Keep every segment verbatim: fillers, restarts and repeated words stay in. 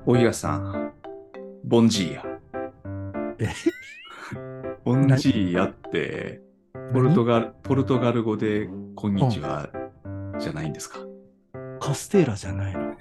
お東さん、ボンジーヤ。 え、 ボンな、 ジーヤって、ポルト何ガル、ポルトガル語で、こんにちうん。 は、じゃないんですか。 カステーラじゃないの？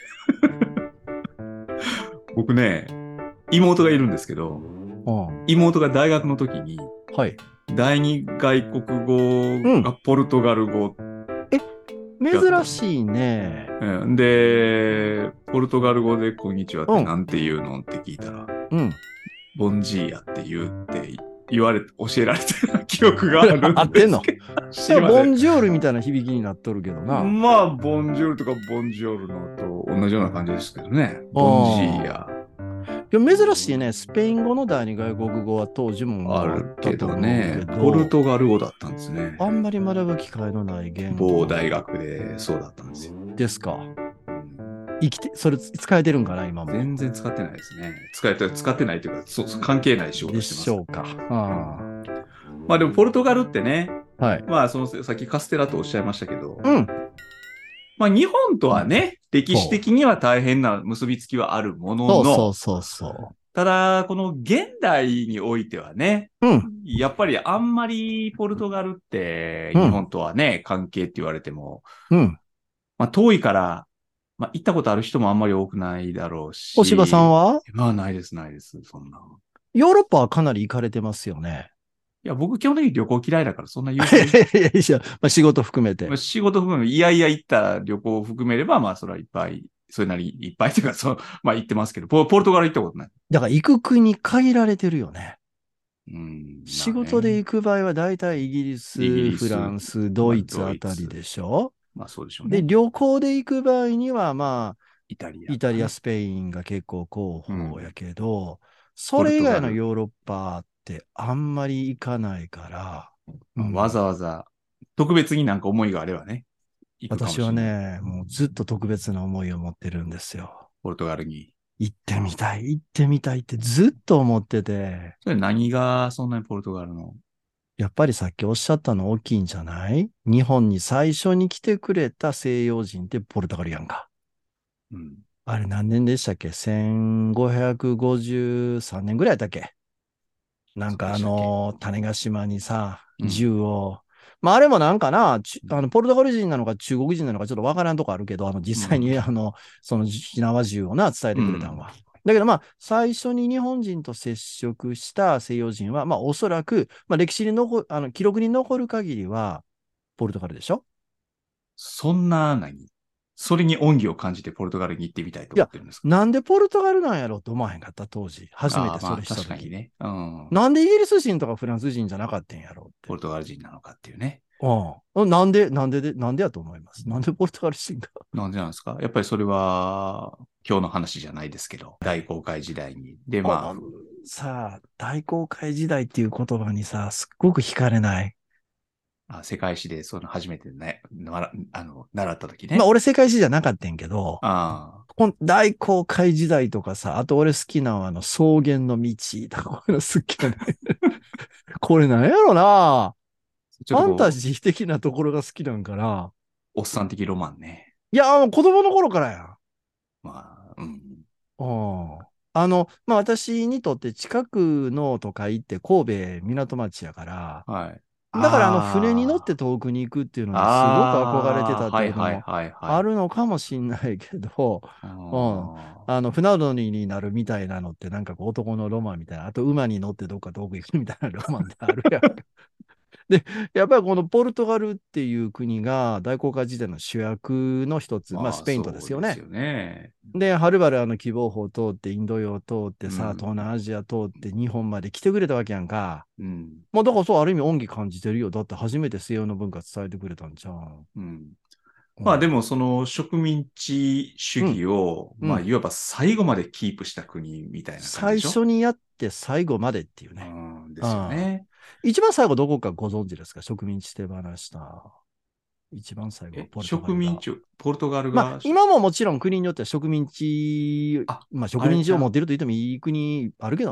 僕ね、妹がいるんですけど、 うん。 妹が大学の時に、 はい。 第二外国語うん。 がポルトガル語え、 やったん。 珍しいね。 うんで、ポルトガル語でこんにちはっうん。 てなんて言うのって聞いたら、 うん。 ボンジーヤって言うって言われ、教えられた記憶があるん合ってんの？ ですけど、知いや、 りません。 ボンジョールみたいな響きになっとるけどな。 まあ、ボンジュールとかボンジョールのと同じような感じですけどね。ボンジーああ。 ヤいや、珍しいね。スペイン語の第二外国語は当時もあもうあったるけどと思うね、 けポルど、 トガル語だったんですね。 あんまり学ぶ機会のない言某大語学でそうだったんですよ。 ですか。 うん、 生きて、それ使えてるんかな、今も。 全然使ってないですね。使えて、使ってないというか、そうそう関係ない仕事でしてますかしょうか。 ら。うん、 あまあでも、ポルトガルってね、 あ。はい。 まあ、その、さっきカステラとおっしゃいましたけど、 うん。 まあ、日本とはね、歴史そう。 的には大変な結びつきはあるものそうそうの、 そうそただ、この現代においてはね、 う。うん、 やっぱりあんまりポルトガルってうん、 日本とはね、関係って言われても、 うん。 まあ遠いから、まあ行ったことある人もあんまり多くないだろうお柴さんし、 はまあないです、ないです、そんな。 ヨーロッパはかなり行かれてますよね。 いや、僕基本的に旅行嫌いだからそんな言うほど、 いやいやいや、まあ、仕事含めて。 まあ仕事含め、いやいや行った旅行を含めれば、まあそれはいっぱい、それなりいっぱいというか、そう、まあ行ってますけど、ポ、ポルトガル行ったことない。 だから行く国限られてるよね。 うん、 仕まあね。 事で行く場合はだいたいイギリイギス、フラリス、 ンス、ドまあイツドイツ、 あたりでしょ？ まあそうでしょうで、 ね。 旅行で行く場合には、まあ、 イタリアイタリア、 とかね。 スペインが結構候うん。 補やけど、そポルれ以トガル。 外のヨーロッパってあんまり行かないから、うまあ、わざん。 わざ、特別になんか思いがあればね、行くかも私はしれない。 ね、もうずっと特別な思いを持ってるんですよ。 ポルトガルに。 行ってみたい、行ってみたいってずっと思ってて、 それ何がそんなにポルトガルの？ やっぱりさっきおっしゃったの大きいんじゃない？日本に最初に来てくれた西洋人ってポルトガルやんか。 うん。 あれ何年でしたっけ？ せんごひゃくごじゅうさん 年ぐらいやったっけ？なんそうかあでしたっけ？ の、種子島にさ、 うん。 銃を、まああれもなんかな、ちあの、ポルトガル人なのか中国人なのかちょっとわからんとこあるけど、あの、実際うん。 にあの、その火縄銃をな、伝えてくれたんうん。 は。だけどまあ、最初に日本人と接触した西洋人は、まあおそらく、まあ歴史に残る、あの、記録に残る限りは、ポルトガルでしょ？ そんな何それに恩義を感じてポルトガルに行ってみたいといや、 思ってるんですか？ なんでポルトガルなんやろと思わへんかった、当時。初めああ、 てそれまあしたとき。 確かにね。うん。 なんでイギリス人とかフランス人じゃなかったんやろって。 ポルトガル人なのかっていうね。 うん。なんで、なんでで、なんでやと思います。なんでポルトガル人が。 なんでなんですか？やっぱりそれは、今日の話じゃないですけど、大航海時代に。で、 このまあ、 さ、大航海時代っていう言葉にさ、すっごく惹かれない。 あ世界史でその初めてね、ならあの、習った時まあ、 ね。 俺世界史じゃなかったんやけど、 ああ、 こん大航海時代とかさ、あと俺好きなのはあの草原の道とか、こういうの好きやね。これなんやろな。 ちょっファンタとこう、 ジー的なところが好きなんかな。 おっさん的ロマンね。 いや、もう子供の頃からやん。 まあ、うん。 うん。あの、まあ、私にとって近くの都会って神戸港町やから、 はい。 だからあの船に乗ってあ遠くに行くっていうのあ、 にすごく憧れてああ、 たってはいはいこともはいはい。 あるのかもしんないけど、 あうん。あの、船乗りになるみたいなのってなんかこう男のロマンみたいな、あと馬に乗ってどっか遠く行くみたいなロマンであるやん。で、やっぱりこのポルトガルっていう国が大航海時代の主役の一つ、まあまあ、 スペインとですよね。 そうですよね。 で、はるばるあの希望峰通って、インド洋を通ってうさ、東ん。 南アジア通って日本まで来てくれたわけやんか。 うん。 まあだからそう、ある意味恩義感じてるよ。だって初めて西洋の文化伝えてくれたんじゃん。 うん。 うん。 まあでも、その植民地主うん。 義を、まあ、 うん。 いわば最後までキープした国みたいな感じで最しょ？ 初にやって最後までっていううね。 ん、ですようん。 ね。 一番最後どこかご存知ですか？植民地手放した。一番最後はえ、 ポルトガルが。 植民地、ポルトガルまあ、 が、 今ももちろん国によっては植民地、 あ、 まあ植あれちゃう。 民地を持ってると言ってもいい国あるけどね。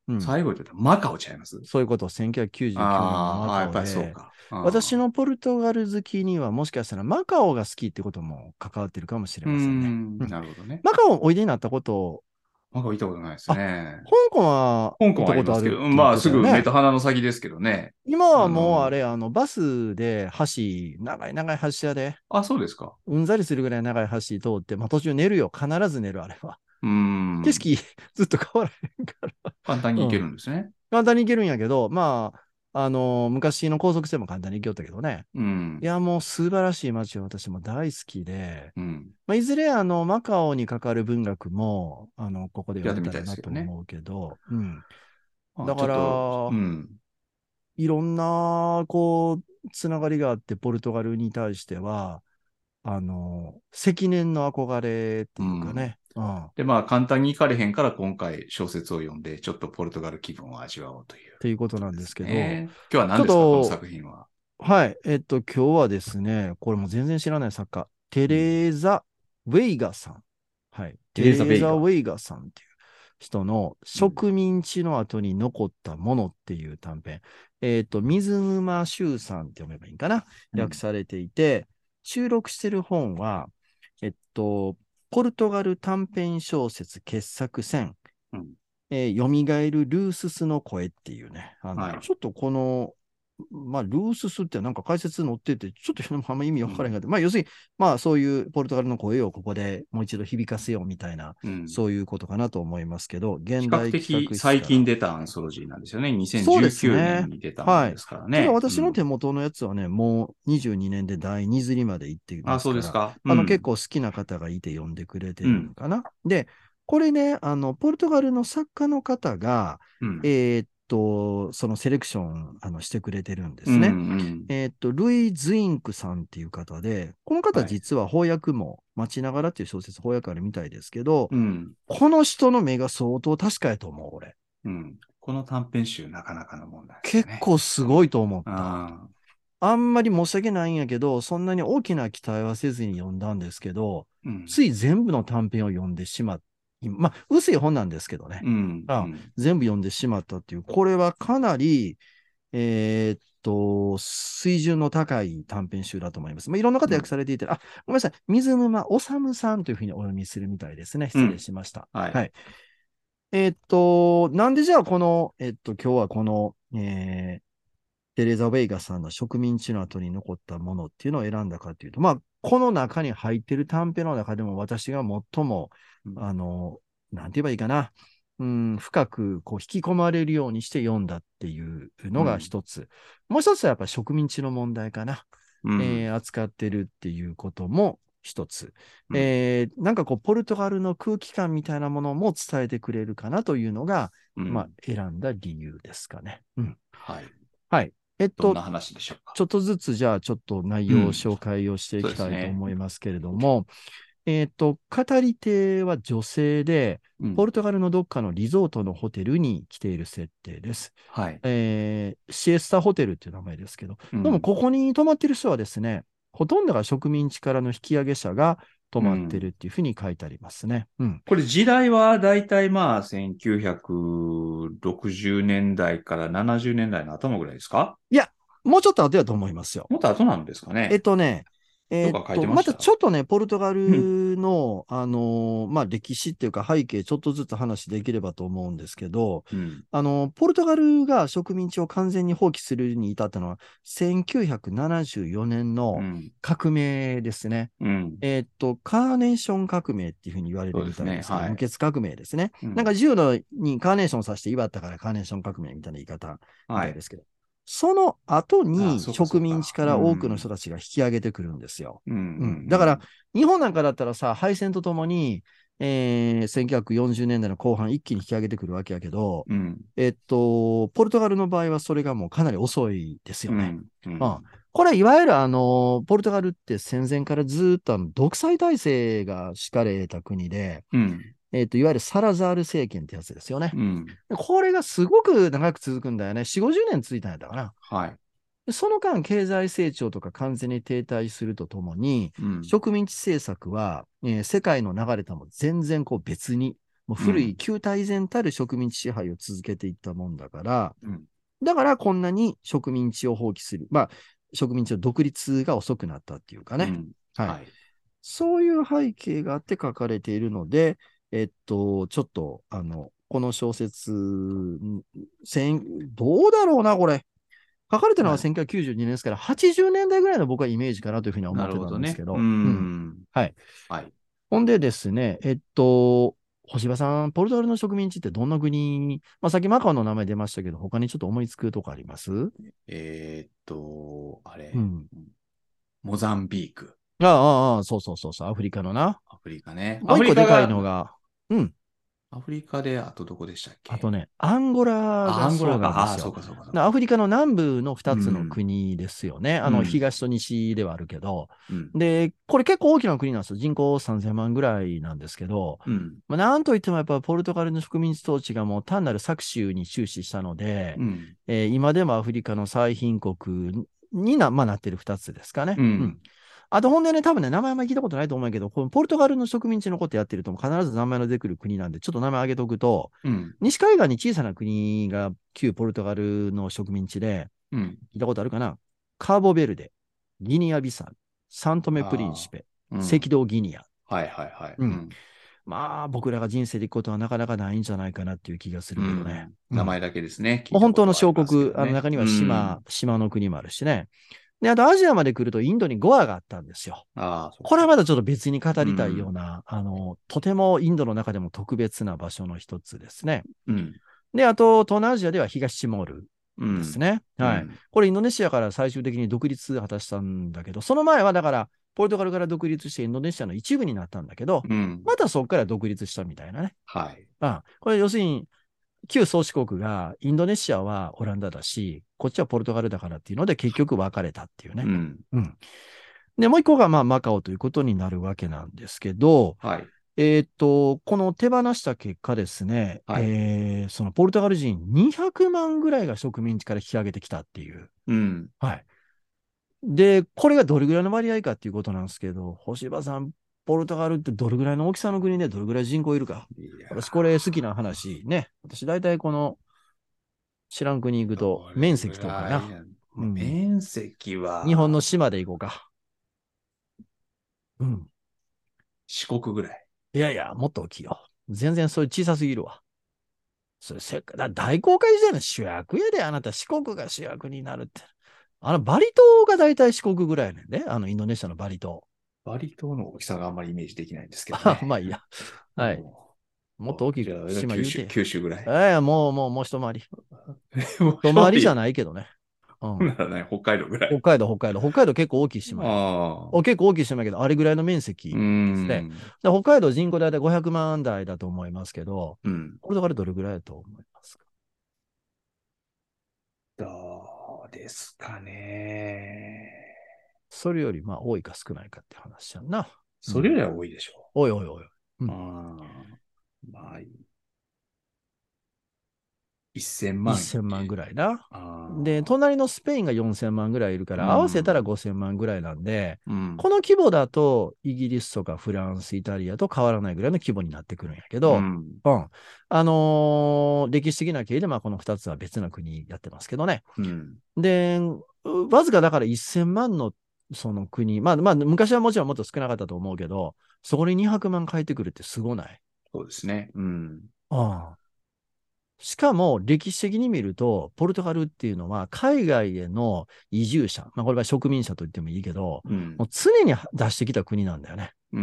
うん、 最後って言ったらマカオちゃいます？ そういうこと、せんきゅうひゃくきゅうじゅうきゅうねんのマああ、やっぱりそうカオで、 か。 私のポルトガル好きにはもしかしたらマカオが好きってことも関わってるかもしれうーませんね。 ん、 うん、 なるほどね。 マカオおいでになったこと、 マカオ行ったことないですあ、 ね。 香港は香港行ったこはありますけど、 とあるって言っまあすてたよね。 ぐ目と鼻の先ですけどね。 今はあの、 もうあれ、あの、バスで橋、長い長い橋屋で、 あ、そうですか。 うんざりするぐらい長い橋通って、まあ途中寝るよ。必ず寝る、あれは。 うーん。 景色ずっと変わらへんから。 簡単に行けうん。 るんですね。 簡単に行けるんやけど、まあ、あのー昔の高速船も簡単に行きよったけどね。 うん。 いや、もう素晴らしい街は私も大好きで、 うん。 まあ、いずれあの、マカオにかかる文学も、あの、ここで読めたやってみたいでらなとすけどね。 思うけど、うん。 あ、 だかちょっと、うら、 ん。 いろんな、こう、つながりがあって、ポルトガルに対しては、あの、積年の憧れっていうかうん。 ね、うん。っで、まあ簡単に行かれへんから今回小説を読んで、ちょっとポルトガル気分を味わおうというていうことなんでことですすけど、 ね。今日はちょっ何ですか、このと、 作品は。 はい、えっと、今日はですね、これも全然知らない作家、テうん。 レーザ・ウェイガさん。はい。 テレーザ・テレーザ・ウベイガ。 ェイガさんっていう人のうん。 植民地の後に残ったものっていう短編。えっと、水沼修さんって読めばいいんかな。 うん。 訳されていて、収録してる本は、えっと、ポルトガル短編小説傑作選、 うん。 えー、蘇るルーススの声っていうね、あの、 はい。 ちょっとこの、まあ、ルーススってなんか解説載ってて、ちょっとあんま意味うん。 わからへんかった。まあ、要するに、まあ、そういうポルトガルの声をここでもう一度響かせようみたいな、 うん。 そういうことかなと思いますけど、 比現代企較的画室から。 最近出たアンソロジーなんですよね。 そうで 2019年すね。 に出たものはい。 ですからただね。うん。 私の手元のやつはね、もうにじゅうにねんでだいに釣りまで行っていまあ、 すから、 そうですか。うあの結ん。 構好きな方がいて読んでくれてうん。 るのかな。で、これね、あの、ポルトガルの作家の方が、 うん。 えーっと、そのセレクションあのしてくれてるんでうん。うすね。 ん。 えーっと、ルイ・ズインクさんっていう方で、この方はい。 実は翻訳も、待ちながらっていう小説翻訳あるみたいですけど、 うん。 この人の目が相当確かやと思う、俺。 うん。この短編集なかなかのもんなんですよ結ね。 構すうん。 ごいと思った。 ああ。 あんまり申し訳ないんやけど、そんなに大きな期待はせずに読んだんですけど、 うん。 つい全部の短編を読んでしまっまあ、薄い本なんですけどね。 うん。うあん。 全部読んでしまったっていう、これはかなり、えーっと、水準の高い短編集だと思います。まあ、いろんな方うん。 訳されていて、あ、ごめんなさい。水沼治さんというふうにお読みするみたいですね。失礼うん。 しました。 はい。 はい。えーっと、なんでじゃあこの、えっと、今日はこの、えーテレザ・ウェイガさんの植民地の後に残ったものっていうのを選んだかというと、まあ、この中に入っている短編の中でも私が最も、 うん。 あの、なんて言えばいいかな、うん、深くこう引き込まれるようにして読んだっていうのがうん。 一つ。もう一つはやっぱり植民地の問題かな。 うん。 えー扱ってるっていうことも一つ。 うん。 えーなんかこう、ポルトガルの空気感みたいなものも伝えてくれるかなというのが、まあ、 うん。 選んだ理由ですかね。うん。 はい。 はい。えっと、 どんな話でしょうか。 ちょっとずつじゃあちょっと内容をうん。 紹介をしていそうきたいとですね。 思いますけれども、えっと、語り手は女性で、 うん。 ポルトガルのどっかのリゾートのホテルに来ている設定です。 はい。 えーシエスタホテルっていう名前ですけど、でもうん。 ここに泊まってる人はですね、ほとんどが植民地からの引き上げ者が泊まってるうん。 っていうふうに書いてありますね。うん。 これ時代はだいたいまあせんきゅうひゃくろくじゅうねんだいからななじゅうねんだいの頭ぐらいですか？ いや、もうちょっと後やと思いますよ。 もっと後なんですかえっね。 とね、えっどっか書いと、またちてました？ ょっとね、ポルトガうん。 ルの、あのーまあ、歴史っていうか背景、ちょっとずつ話できればと思うんですけど、 うん。 あの、ポルトガルが植民地を完全に放棄するに至ったのは、せんきゅうひゃくななじゅうよねんのうん。 革命ですね。 うん。 えっと、カーネーション革命っていうふうに言われるみそうですね。 たいですけど、 はい。 無血革命ですね。 うん。 なんか銃のにカーネーションさして祝ったからカーネーション革命みたいな言い方みはい。 たいですけど、その後ああ、 にそうかそう植民地か。うから多くの人ん。 たちが引き上げてくるんですよ。 うん。ううん。だから、 ん。 日本なんかだったらさ、敗戦とともに、えー、せんきゅうひゃくよんじゅうねんだいの後半一気に引き上げてくるわけやけど、 うん。 えっと、ポルトガルの場合はそれがもうかなり遅いですよね。 うん。ううん。 ん。 これ、いわゆるあの、ポルトガルって戦前からずっとあの独裁体制が敷かれた国で、 うん。 えっと、いわゆるサラザール政権ってやつですよね。 うん。 これがすごく長く続くんだよね。よん、ごじゅうねん続いたんやったかな。 はい。 でその間、経済成長とか完全に停滞するとともに、 うん。 植民地政策は、えー世界の流れとも全然こう別にもう古い旧体然たる植民地支配を続けていったもんだから、 うん。 だからこんなに植民地を放棄する。まあ、植民地の独立が遅くなったっていうかね。 うん。 はい。 はい。 そういう背景があって書かれているので、えっと、ちょっと、あの、この小説、せんどうだろうな、これ。書かれたのははい。 せんきゅうひゃくきゅうじゅうにねんですから、はちじゅうねんだいぐらいの僕はイメージかなというふうには思なってたるほどね。うーんですけど。うん。 ん。 はい。 はい。 ほんでですね、えっと、星葉さん、ポルトガルの植民地ってどんな国、まあ、さっきマカオの名前出ましたけど、他にちょっと思いつくとこあります？ えーっと、あれ、 うん。 モザンビーク、 ああ、ああ、そうそうそうそう、アフリカのな。 アフリカね。 もアフう一個でかいリカが、 のが、うん。 アフリカで、あとどこでしたっけ？ あとね、アンゴラあ、 がそうアンゴラか。ああ、 なんですよ。 そうか、そうか、そうか。 なアフリカの南部の二つのうん。 国ですよね。あの、 うん。 東と西ではあるけど。 うん。 で、これ結構大きな国なんですよ。人口さんぜんまんぐらいなんですけど、 うん。 まあ、なんといってもやっぱポルトガルの植民地統治がもう単なる搾取に終始したので、 うん。 えー今でもアフリカの最貧国にな、まあ、なってる二つですかね。 ううん。 ん。 あと、ほんでね、多分ね、名前あんまり聞いたことないと思うけど、このポルトガルの植民地のことやってると、必ず名前の出てくる国なんで、ちょっと名前挙げておくと、 うん。 西海岸に小さな国が旧ポルトガルの植民地で、 うん。 聞いたことあるかな？カーボベルデ、ギニアビサ、サントメプリンシああ。 ペ、赤うん。 道ギニア。 はいはいはい。 うん。 うん。 まあ、僕らが人生で行くことはなかなかないんじゃないかなっていう気がすうるけどね。 ん。 うん。 名前だけですね。聞もういた本当の小ことはありますけ国、あのどね。 中にはう島、 ん。 島の国もあるしね。で、あとアジアまで来るとインドにゴアがあったんですよ。 ああ、そっかこれはまだそっか。 ちょっと別に語うりたいようん。 な、あの、とてもインドの中でも特別な場所の一つですね。 うん。 で、あと、東南アジアでは東チモールうん。 ですね。はい。 うん。 これインドネシアから最終的に独立果たしたんだけど、その前はだから、ポルトガルから独立してインドネシアの一部になったんだけど、 うん。 またそこから独立したみたいなね。 はい。 あこれ要するに、旧宗主国がインドネシアはオランダだし、こっちはポルトガルだからっていうので結局分かれたっていうね。 うん。 うん。で、もう一個がまあマカオということになるわけなんですけど、 はい。 えっと、この手放した結果ですね、 はい。 えーそのポルトガル人にひゃくまんぐらいが植民地から引き上げてきたっていう。 うん。 はい。で、これがどれぐらいの割合かっていうことなんですけど、星葉さん、ポルトガルってどれぐらいの大きさの国でどれぐらい人口いるか。 いや私これ好きな話ね。私大体この知らん国行くー、 とどれぐ面積とかな。 らいや、まあ、 うん。 面積日本のは島で行こうか。うん。 四国ぐらい。 いやいや、もっと大きいよ。全然それ小さすぎるわ。それせっかだ大航海時代の主役やで、あなた四国が主役になるって。あの、バリ島が大体四国ぐらいやねんね。あの、インドネシアのバリ島。 バリ島の大きさがあんまりイメージできないんですけどあ、 ね。 まあいいや。はい。もっと大きいじゃあ、九州、 島言うて。 九州ぐらい。 ええもう、もう、もう一回り。 もう一回りじゃ一回り。 ないけどね。うん。 ならない、北海道ぐらい。 北海道、北海道。北海道結構大きい島や。 ああ。 お結構大きい島やけど、あれぐらいの面うー積ですね。 ん。 で北海道人口大体ごひゃくまん台だと思いますけど、 うん。 ポルトガルどれぐらいだと思いますか？ どうですかね。 それよりまあ多いか少ないかって話やんな。うん。 それよりは多いでしょおいおいおい。うう。うん。 ん。まあ、せんまんいっせんまんて。 ぐらいな。で、 ああ。 隣のスペインがよんせんまんぐらいいるかうら、合わせたらん。 ごせんまんぐらいなんで、 うん。 この規模だと、イギリスとかフランス、イタリアと変わらないぐらいの規模になってくるんやけど、 うん。 うん。あのー歴史的な経緯で、まあ、このふたつは別な国やってますけどね。 うん。 で、わずかだからせんまんのその国、まあ、まあ、昔はもちろんもっと少なかったと思うけど、そこににひゃくまん帰ってくるってすごない？ そうですね。うん。 ああ。しかも歴史的に見ると、ポルトガルっていうのは海外への移住者、まあ、これは植民者と言ってもいいけど、 うん。 もう常に出してきた国なんだよね。 うん。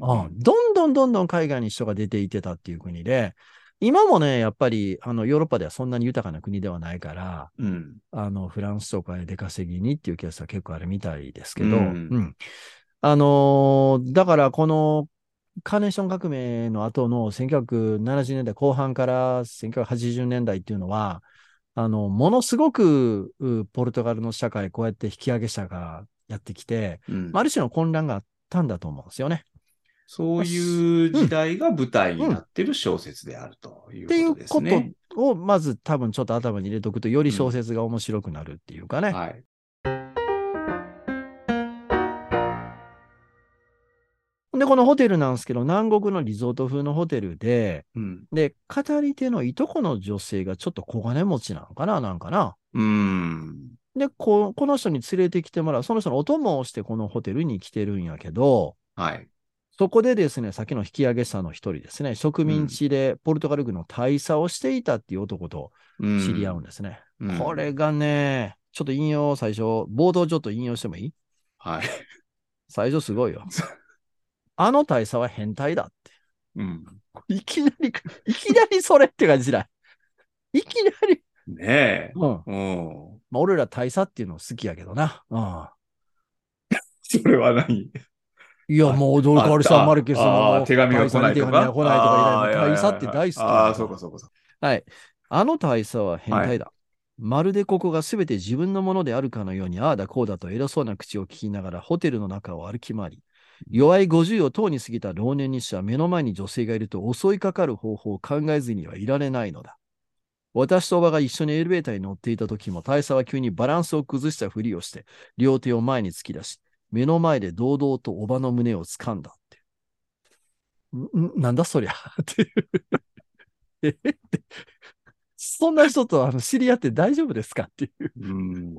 うああん。 どんどんどんどん海外に人が出ていってたっていう国で、今もね、やっぱりあのヨーロッパではそんなに豊かな国ではないから、 うん。 あのフランスとかへ出稼ぎにっていうケースは結構あるみたいですうけど、うん。 ん。あのーだからこのカーネーション革命の後のせんきゅうひゃくななじゅうねんだいこう半からせんきゅうひゃくはちじゅうねんだいっていうのは、あの、ものすごくポルトガルの社会、こうやって引き上げ者がやってきて、 うん。 まあ、ある種の混乱があったんだと思うんですよね。 そうすいううん、 時代が舞台にうん。っなっている小説であるというていことうことですね。 を、まず多分ちょっと頭に入れておくと、より小うん。 説が面白くなるっていうかね。 はい。 で、 で、このホテルなんですけど、南国のリゾート風のホテルで、 うん。 で、語り手のいとこの女性がちょっと小金持ちなのかななんかな。 うーん。 で、こ、この人に連れてきてもらう、その人のお供をしてこのホテルに来てるんやけど、 はい。 そこでですね、さっきの引き上げ者の一人ですね、植民うん。 地でポルトガル軍の大佐をしていたっていう男とう知り合うんん。 ですね。 うん。 これがね、ちょっと引用最初、冒頭ちょっと引用してもいい？ はい。 最初すごいよ。あの大佐は変態だって。 うん。 いきなり、いきなりそれって感じだ。いきなり。 ねえ。 うん。 うん。 まあ、俺ら大佐っていうの好きやけどな。うん。 それは何？ いや、 あ、 もう、ドルカあ、 ワルサン・マルあ、 ケスのああ、 もう、 手紙が来大佐に手ないとか紙が来ないとか以来、もああ、 ういやい大佐ってやいや。 大好きやああ、 けど。 そうかそうかそう。 はい。あの大佐は変はい。 態だ。まるでここが全て自分のものであるかのように、ああだこうだと偉そうな口を聞きながらホテルの中を歩き回り、弱いごじゅうをとうに過ぎた老年にしては目の前に女性がいると襲いかかる方法を考えずにはいられないのだ。私とおばが一緒にエレベーターに乗っていた時も大佐は急にバランスを崩したふりをして、両手を前に突き出し、目の前で堂々とおばの胸を掴んだって。んなんだそりゃっていう。えってそんな人とあの知り合って大丈夫ですかっていう。 うん。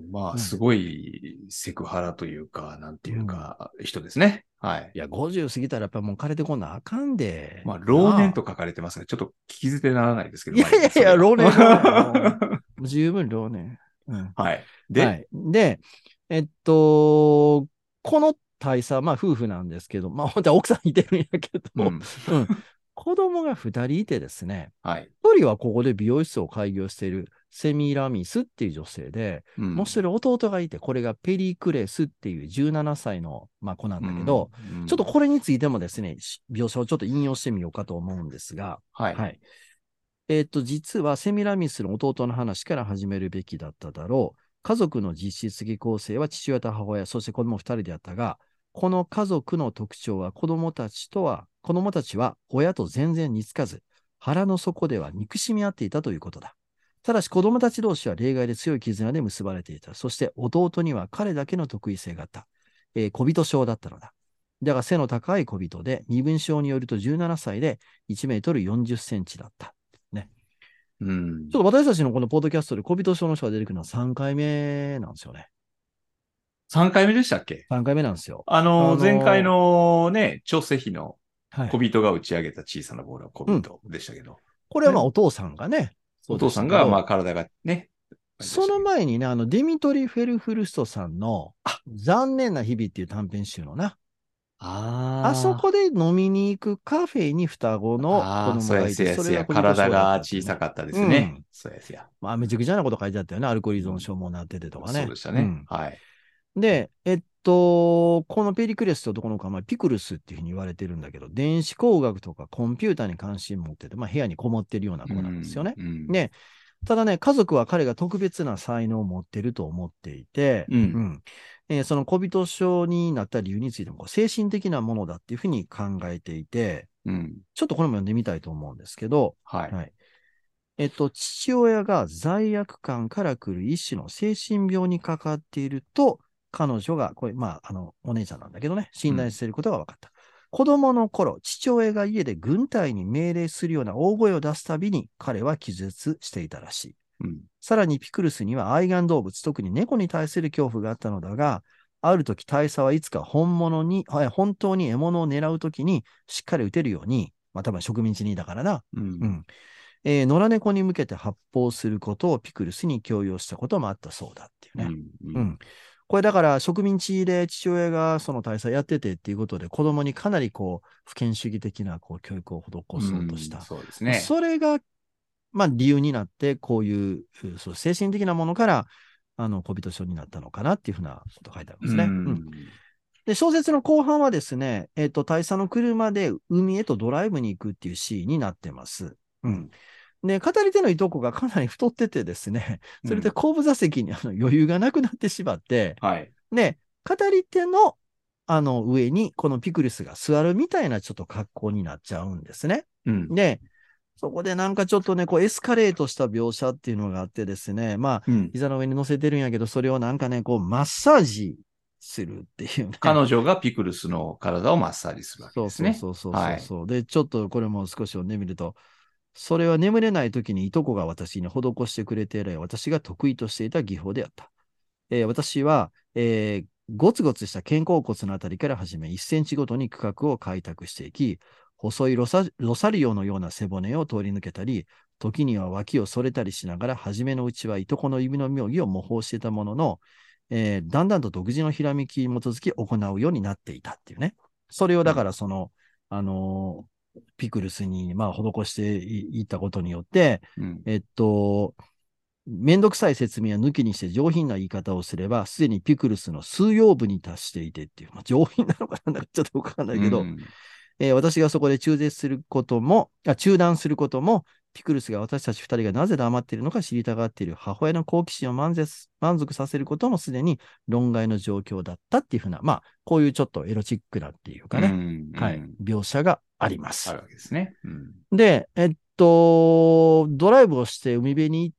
まあ、 うん。 すごいセクハラというか、なんていううん。 か、人ですね。はい。 いや、ごじゅう過ぎたらやっぱもう枯れてこんなあかんで。 まあ、老年なあ。 と書かれてますが、ちょっと聞き捨てならないですけど、 いやまあいいや、 いやいや、 それは。 老年、老年。もう十分老年。うん。 はい。で、 はい。で、えっと、この大佐、まあ夫婦なんですけど、まあ本当は奥さんいてるんやけど、 うん。 うん。子供がふたりいてですね、 はい。 一人はここで美容室を開業しているセミラミスっていう女性で、 うん。 もう一人弟がいて、これがペリクレスっていうじゅうななさいの、まあ、子なんうん。 だけど、 うん。 ちょっとこれについてもですね、描写をちょっと引用してみようかと思うんですが、 はい。 はい。えっと、実はセミラミスの弟の話から始めるべきだっただろう。家族の実質的構成は父親と母親、そして子供ふたりであったが、この家族の特徴は子供たちとは、子供たちは親と全然似つかず、腹の底では憎しみ合っていたということだ。ただし子供たち同士は例外で強い絆で結ばれていた。そして弟には彼だけの得意性があった。えー小人症だったのだ。だが背の高い小人で、身分証によるとじゅうななさいでいちメートルよんじゅっセンチだった。ね。 うん。 ちょっと私たちのこのポッドキャストで小人症の人が出てくるのはさんかいめなんですよね。 さんかいめでしたっけ？ さんかいめなんですよ。ああの、前回ののね、調整費のーはい。 小人が打ち上げた小さなボールは小うん。 人でしたけど、 これはまあね、 お父さんがね、そうでお父さんが、まあしたけど、 体がね、あれでそのしたけど。 前にね、あの、デミトリ・フェルフルストさんの残念な日々っていう短編集のな、あそこあで飲みに行くカフェに双子あ、 の子ああ、そうや供がいて、 せやせや、 それが小人体症だっが小たっていうね。 さかったですね。 うん。 そうやせや。 まあ、めちゃくちゃなこと書いてあったよね。アルコール依うん、 存症もなっててとかそうね。 でしたね。 うん。 はい。 で、えっと、このペリクレスって男の子は、まあ、ピクルスっていうふうに言われてるんだけど、電子工学とかコンピューターに関心持ってて、まあ、部屋にこもってるようなう子なんですよん、 ね。 うん、 で、ただね、家族は彼が特別な才能を持ってると思っていて、 うん、 うん。えーその小人症になった理由についても、こう精神的なものだっていうふうに考えていて、 うん。 ちょっとこれも読んでみたいと思うんですけど、 はい。 はい。えっと、父親が罪悪感から来る一種の精神病にかかっていると、彼女が、これ、まあ、あの、お姉ちゃんなんだけどね、信頼していることが分かった。子供の頃、父親が家で軍隊に命令するような大声を出すたびに、彼は気絶していたらしい。 うん、 さらにピクルスには愛玩動物、特に猫に対する恐怖があったのだが、ある時大佐はいつか本物に、本当に獲物を狙う時にしっかり撃てるように、まあ多分植民地にいたからな、 うん、 うん。えー野良猫に向けて発砲することをピクルスに強要したこともあったそうだっていうね。 うん、うん。 うん。これだから植民地で父親がその大佐やっててっていうことで子供にかなりこう不権主義的なこう教育を施うそうとしん、 た。 そうですね。 それがまあ理由になってこういうそう精神的なものからあの小人症になったのかなっていうふうなことが書いてあるんでうすね。うん。 ん、 で、小説の後半はですね、えっ、と、大佐の車で海へとドライブに行くっていうシーンになってます。うん。 うん、 で、語り手のいとこがかなり太っててですね、それでうん。 後部座席にあの余裕がなくなってしまって、 はい。 で、語り手のあの上にこのピクルスが座るみたいなちょっと格好になっちゃうんですね。 うん、 で、そこでなんかちょっとね、こうエスカレートした描写っていうのがあってですね、まあ、 うん、 膝の上に乗せてるんやけど、それをなんかね、こうマッサージするっていうね。 彼女がピクルスの体をマッサージするわけそうそうですね。 そうそうはい。 そうそう。で、ちょっとこれも少し読んでみると、それは眠れない時にいとこが私に施してくれて以来、私が得意としていた技法であった。えー私は、えーゴツゴツした肩甲骨のあたりから始め、いっセンチごとに区画を開拓していき、細いロサロサリオのような背骨を通り抜けたり、時には脇を反れたりしながら、初めのうちはいとこの指の妙義を模倣していたものの、えーだんだんと独自のひらめきに基づき行うようになっていたっていうね。それをだからその、あのーピクルスに、まあ、施していったことによって、 うん。 えっと、めんどくさい説明は抜きにして上品な言い方をすれば、すでにピクルスの数曜部に達していてっていう、まあ、上品なのかなんだかちょっとわかんないけど、 うんえー私がそこで中絶することも、あ中断することも、ピクルスが私たち二人がなぜ黙っているのか知りたがっている母親の好奇心を満足満足させることもすでに論外の状況だったっていうふうな、まあ、こういうちょっとエロチックなっていうかね、 うんはい、描写があります。 あるわけですね。うん。 で、えっと、ドライブをして海辺に行って、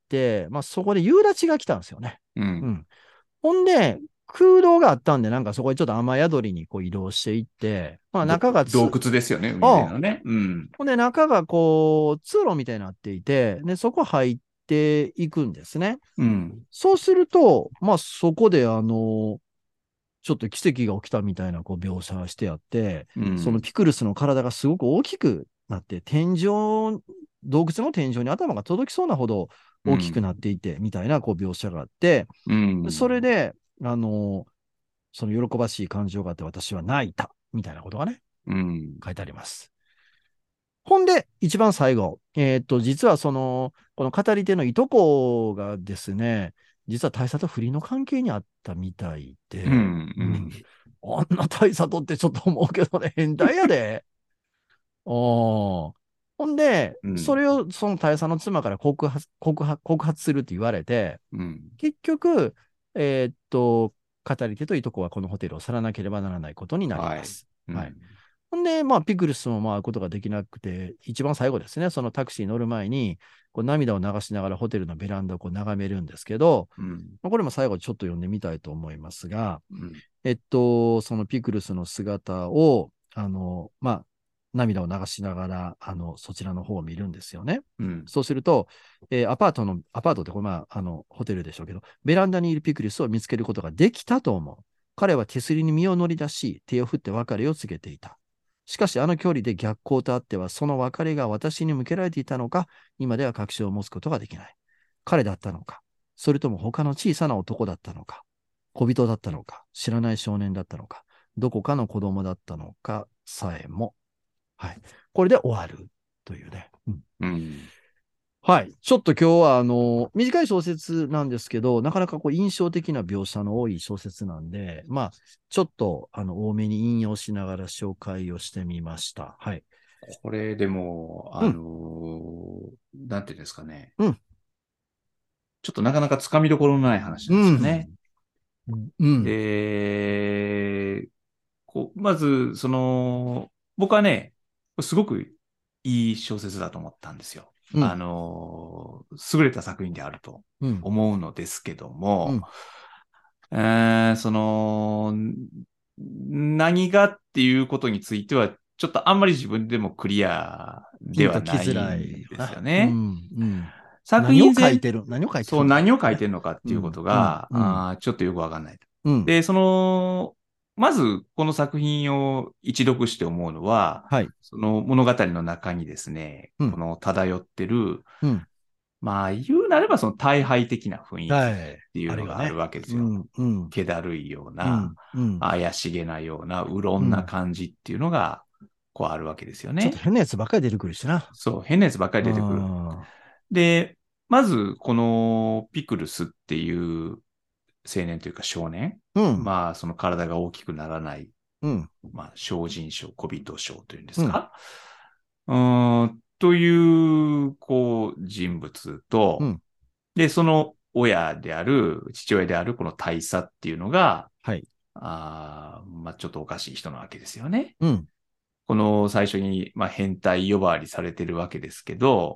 まあ、そこで夕立が来たんですよね。 うん。 うん。ほんで、空洞があったんで、なんかそこでちょっと雨宿りにこう移動していって、まあ中がつ、 洞窟ですよね、海辺のね。うん。 ほんで中がこう通路みたいになっていて、で、そこ入っていくんですね。 うん。 そうすると、まあそこであの、ちょっと奇跡が起きたみたいなこう描写してあって、 うん。 そのピクルスの体がすごく大きくなって、天井、洞窟の天井に頭が届きそうなほど大きくなっていて、みたいなこう描写があって、 うん。 それで、あの、その喜ばしい感情があって私は泣いた、みたいなことがね、 うん。 書いてあります。ほんで、一番最後、えーっと、実はその、この語り手のいとこがですね、実は大佐と不倫の関係にあったみたいで、 うん。うん。 あんな大佐とってちょっと思うけどね、変態やで。おーほんで、 うん。 それをその大佐の妻から告発、告発、告発するって言われて、 うん。 結局、えーっと、語り手といとこはこのホテルを去らなければならないことになりはい。 ます。 うん。 はい。ほんで、まあ、ピクルスもまあ、会うことができなくて、一番最後ですね、そのタクシーに乗る前に、こう涙を流しながらホテルのベランダをこう眺めるんですけど、 うん。 まあ、これも最後ちょっと読んでみたいと思いますが、 うん。 えっと、そのピクルスの姿を、あの、まあ、涙を流しながら、あの、そちらの方を見るんですよね。 うん。 そうすると、えーアパートの、アパートってこれまあ、あの、ホテルでしょうけど、ベランダにいるピクルスを見つけることができたと思う。彼は手すりに身を乗り出し、手を振って別れを告げていた。しかし、あの距離で逆光とあっては、その別れが私に向けられていたのか、今では確証を持つことができない。彼だったのか、それとも他の小さな男だったのか、小人だったのか、知らない少年だったのか、どこかの子供だったのかさえも。はい。これで終わるというね。うんうん。 はい。ちょっと今日は、あの、短い小説なんですけど、なかなかこう印象的な描写の多い小説なんで、まあ、ちょっと、あの、多めに引用しながら紹介をしてみました。はい。 これでも、あうん。 のーなんていうんですかね。 うん。 ちょっとなかなかつかみどころのない話なんですよね。 うん。うん。 で、こう、まず、その、僕はね、すごくいい小説だと思ったんですよ。あうん。 の、優れた作品であるとうん。 思うのですけども、 うん。 えーその、何がっていうことについては、ちょっとあんまり自分でもクリアピンではなときづらいんですよいよな。うね。 ん。うん。 作何を品全、 書いてる何を書いてるそう、 のか。 何を書いてるのかっていうこうん。うん。 とが、 うん。 あーちょっとよくわかんない。 うん。 で、その、まず、この作品を一読して思うのは、 はい。 その物語の中にですね、 うん。 この漂ってる、 うん。 まあ、言うなればその大敗的な雰囲気っはい。 ていうあるよね。 のがあるわけですよ。 うん。うん。 気だるいような、 うん。うん。 怪しげなような、うろんなうん。 感じっていうのが、こうあるわけですよちょっとね。 変なやつばっかり出てくるしな。 そう、変なやつばっかりう出てくる。 ん。 で、まず、このピクルスっていう青年というか少年、 うん。 まあ、その体が大きくならない、 うん。 まあ、小人症、小人症というんでうん。 すか。うーん、という、こう、人物と、 うん。 で、その親である、父親であるこの大佐っていうのが、 はい。 あーまあ、ちょっとおかしい人なわけですよね。 うん。 この最初に、まあ、変態呼ばわりされてるわけですけど、 うん。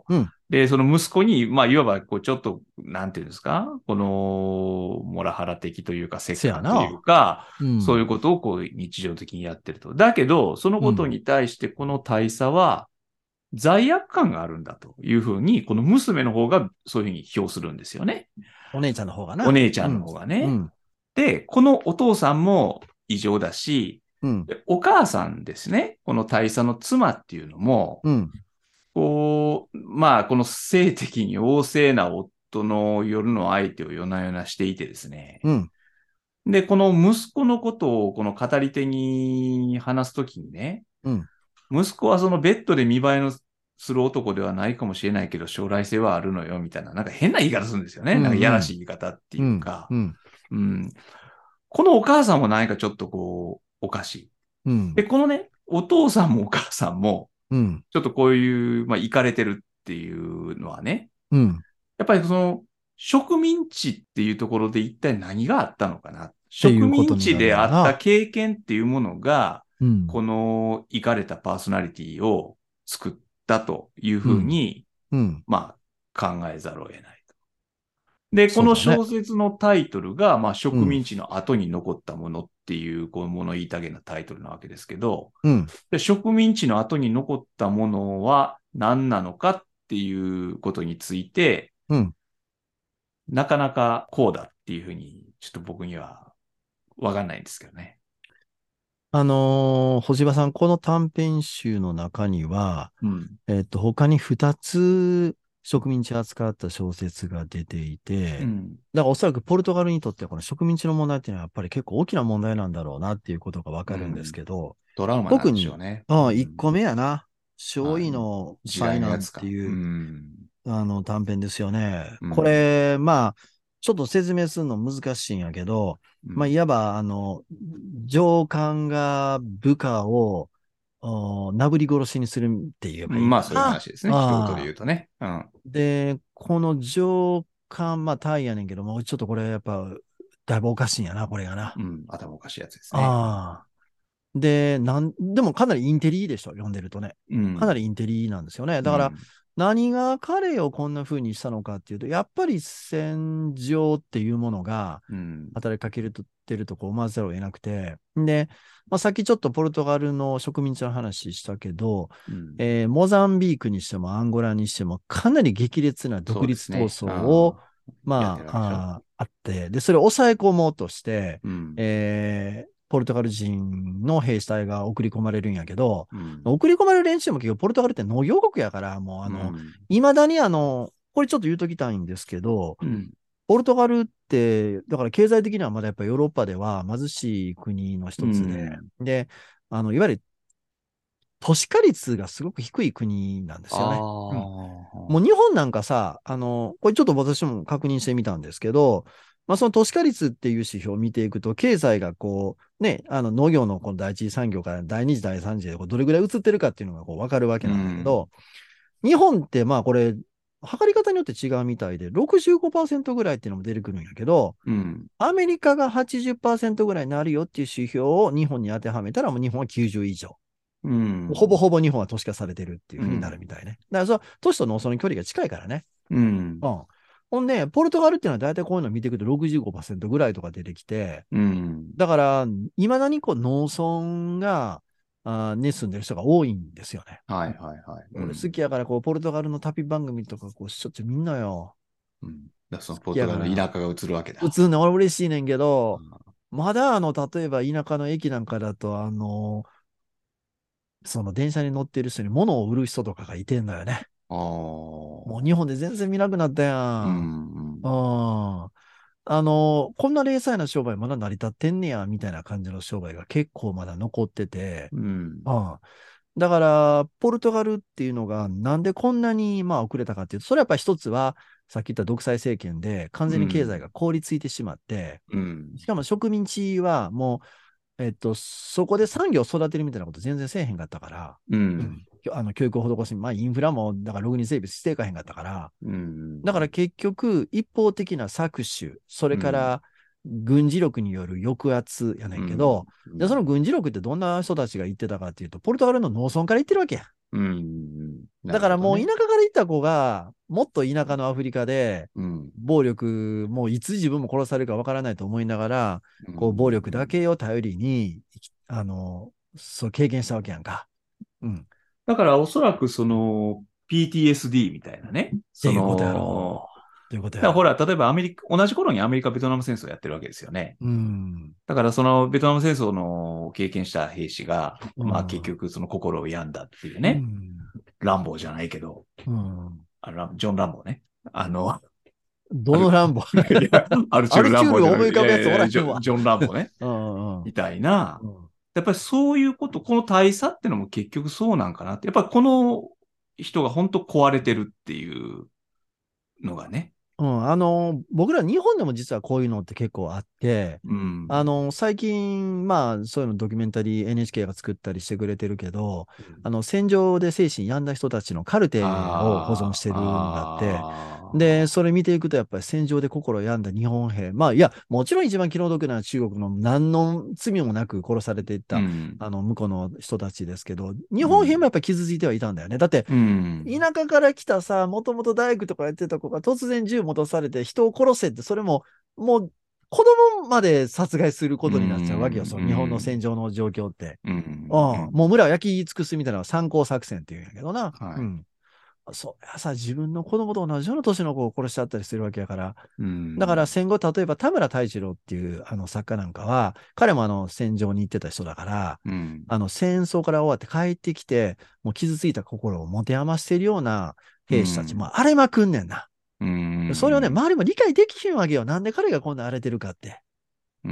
で、その息子に、まあ、いわば、こう、ちょっと、なんていうんですか、この、モラハラ的というか、折せや檻というな。 か、 うん。 そういうことを、こう、日常的にやってると。だけど、そのことうん。 に対して、この大佐は、罪悪感があるんだというふうに、この娘の方がそういうふうに評するんですよね。 お姉ちゃんの方がな。 お姉ちゃんのうん。 方がね。 うん。 で、このお父さんも異常だし、 うん。 でお母さんですね。この大佐の妻っていうのも、 うん。 こう、まあ、この性的に旺盛な夫の夜の相手を夜な夜なしていてですね。 うん。 で、この息子のことをこの語り手に話すときにね、 うん。 息子はそのベッドで見栄えのする男ではないかもしれないけど、将来性はあるのよ、みたいな、なんか変な言い方するんですよね。 うん。 なんかいやうん。 らしい言い方ってうん。 いうか、 うん。 うん。このお母さんも何かちょっとこう、おかしい。で、 うん。 このね、お父さんもお母さんも、 うん。 ちょっとこういう、まあ、行かれてるっていうのはね、 うん。っやっぱりその、植民地っていうところで一体何があったのかな。 ていうこ植民とになる地であったやろな。 経験っていうものが、 うん。 この行かれたパーソナリティを作ったというふううん。 に、 うん。 まあ、考えざるを得ないと。で、このそうだね。 小説のタイトルが、まあ、 うん。 植民地の後に残ったものっていう、こう、物言いたげなタイトルなわけですけど、 うん。 で植民地の後に残ったものは何なのかっていうことについて、 うん。 なかなかこうだっていうふうに、ちょっと僕にはわかんないんですけどね。 あのー星葉さん、この短編集の中には、 うん。 えっと、他にふたつ植民地を扱った小説が出ていて、 うん。 だからおそらくポルトガルにとってはこの植民地の問題っていうのはやっぱり結構大きな問題なんだろうなっていうことがわかるんですうん。 けど、 トラウマなんでしょう特に、 ね。 ああ、1 うん。 個目やな。少はい。 尉の時代災難っのやつか。うていう、 ん。 あの短編ですよね。こうん。 れ、まあ、ちょっと説明するの難しいんやけど、まあ、 うん。 いわば、あの、上官が部下を、お殴り殺しにするって言えばいいまあ、そういうかな。 話ですね。一言でああ。 言うとね。うん。 で、この上官、まあ、タイやねんけども、ちょっとこれやっぱ、だいぶおかしいんやな、これがな。 うん。頭おかしいやつですね。 ああ。で、なん、でもかなりインテリでしょ、読んでるとね。 うん。 かなりインテリなんですよね。だから、 うん。 何が彼をこんな風にしたのかっていうと、やっぱり戦場っていうものがうん。 働きかけるとってるとこ思わざるを得なくて。で、まあ、さっきちょっとポルトガルの植民地の話したけど、 うん。 えーモザンビークにしてもアンゴラにしてもかなり激烈な独そうです立闘ね。 争を、 ああ。やってまあ、 るわけでしょ。 ああって、で、それを抑え込もうとして、 うん。 えーポルトガル人の兵士隊が送り込まれるんやけど、 うん。 送り込まれる練習も結局ポルトガルって農業国やから、もうあの、 うん。 いまだにあの、これちょっと言うときたいんですけど、 うん。 ポルトガルって、だから経済的にはまだやっぱヨーロッパでは貧しい国のう一つで、 ん。 で、あの、いわゆる都市化率がすごく低い国なんであすよね。うん。もうあ。 日本なんかさ、あの、これちょっと私も確認してみたんですけど、まあその都市化率っていう指標を見ていくと、経済がこう、ね、あの農業のこの第一次産業から第二次、第三次でこうどれぐらい移ってるかっていうのがこう分かるわけうなんだけん。 ど、日本ってまあこれ、測り方によって違うみたいで、ろくじゅうごパーセントぐらいっていうのも出てくるんやけど、 うん。 アメリカがはちじゅっパーセントぐらいになるよっていう指標を日本に当てはめたら、もう日本はきゅうじゅう以上。 うん。 ほぼほぼ日本は都市化されてるっていうふうになるうん。 みたいね。だからその都市と農村の距離が近いからね。 うん。 うん。ほんで、ポルトガルっていうのは大体こういうのを見ていくとろくじゅうごパーセントぐらいとか出てきて、 うん。 だから、いまだにこう農村が、あーに住んでる人が多いんですよね。 はいはいはい。う俺好ん。 きやから、こう、ポルトガルの旅番組とか、こう、しょっちゅう見んのよ。 うん。だからそ好のポルトガルのきやから。 田舎が映るわけだ。 映るの俺嬉しいねんけど、 あまだあの、例えば田舎の駅なんかだと、あの、その電車に乗ってる人に物を売る人とかがいてんのよね。 あ。 もう日本で全然見なくなったやうん。うん。 ん。あの、こんな零細な商売まだ成り立ってんねや、みたいな感じの商売が結構まだ残ってて、 うん。 うん。だから、ポルトガルっていうのがなんでこんなにまあ遅れたかっていうと、それはやっぱり一つは、さっき言った独裁政権で完全に経済うん。 が凍りついてしまって、 うん。 しかも植民地はもう、えっと、そこで産業を育てるみたいなこと全然せえへんかったから、 ううん。 ん。 あの教育を施し、まあインフラも、だからログに整備していかへんかったから、 うん。 だから結局、一方的な搾取、それから軍事力による抑圧やねうん。 んけど、で、その軍事力ってどんな人たちが言ってたかっていうと、ポルトガルの農村から言ってるわけや。 うん。なだからもう田るほどね。 舎から行った子が、 もっと田舎のアフリカで、 うん。 暴力、もういつ自分も殺されるかわからないと思いながら、 うこう、暴力だん。 けを頼りに、あの、そう、経験したわけやんか。うん。っだからおそらくその ピーティーエスディー みたいなね。そていうことやの、 ろう。ということやろだからほら、例えばアメリカ、同じ頃にアメリカ・ベトナム戦争やってるわけですよね。 う。うん。 だからそのベトナム戦争の経験した兵士が、 うまあ結ん。 局その心を病んだっていううね。 ん。 ランボーじゃないけど、 うん。 あのジョン・ランボーね。あの、ある、 どの乱暴いや、アルチュール・アルチューランボーじゃなくて、いル思い浮かぶややいやいや、 つおらへんわ。 ジョ、ジョン・ランボーね。 うんうんみたいな。 うん。 やっぱりそういうこと、この大佐ってのも結局そうなんかなって。やっぱりこの人が本当壊れてるっていうのがね。 うん、あの、僕ら日本でも実はこういうのって結構あって、 うん。 あの、最近、まあ、そういうのドキュメンタリー エヌエイチケー が作ったりしてくれてるけど、あの、戦場で精神病んだ人たちのカルテを保存しあてるのがあって、で、 あ、あそれ見ていくと、やっぱり戦場で心病んだ日本兵、まあ、いや、もちろん一番気の毒な中国の何の罪もなく殺されていっあ、うた、 ん。 あの、向こうの人たちですけど、日うん。 本兵もやっぱり傷ついてはいたんだよね。だって、 うん。 田舎から来たさ、もともと大工とかやってた子が突然銃持たされて人を殺せって、それももう子供まで殺害するこうとになっちゃうわけよ、そん。うの日本の戦ん。 場の状況って。 ううん、 ん。 もう村を焼き尽くすみたいな参考作戦っていうんやけどな。 はい。 うん。そりゃさ、自分の子供と同じような年の子を殺しちゃったりするわけやから。 うだからん。 戦後、例えば田村太一郎っていうあの作家なんかは、彼もあの戦場に行ってた人だから、 うん。 あの戦争から終わって帰ってきて、もう傷ついた心を持て余しているようなう兵士たち、 ん。 まあ荒れまくんねんな。 うそれをね、 ん。 周りも理解できひんわけよ。なんで彼がこんな荒れてるかって。 うん。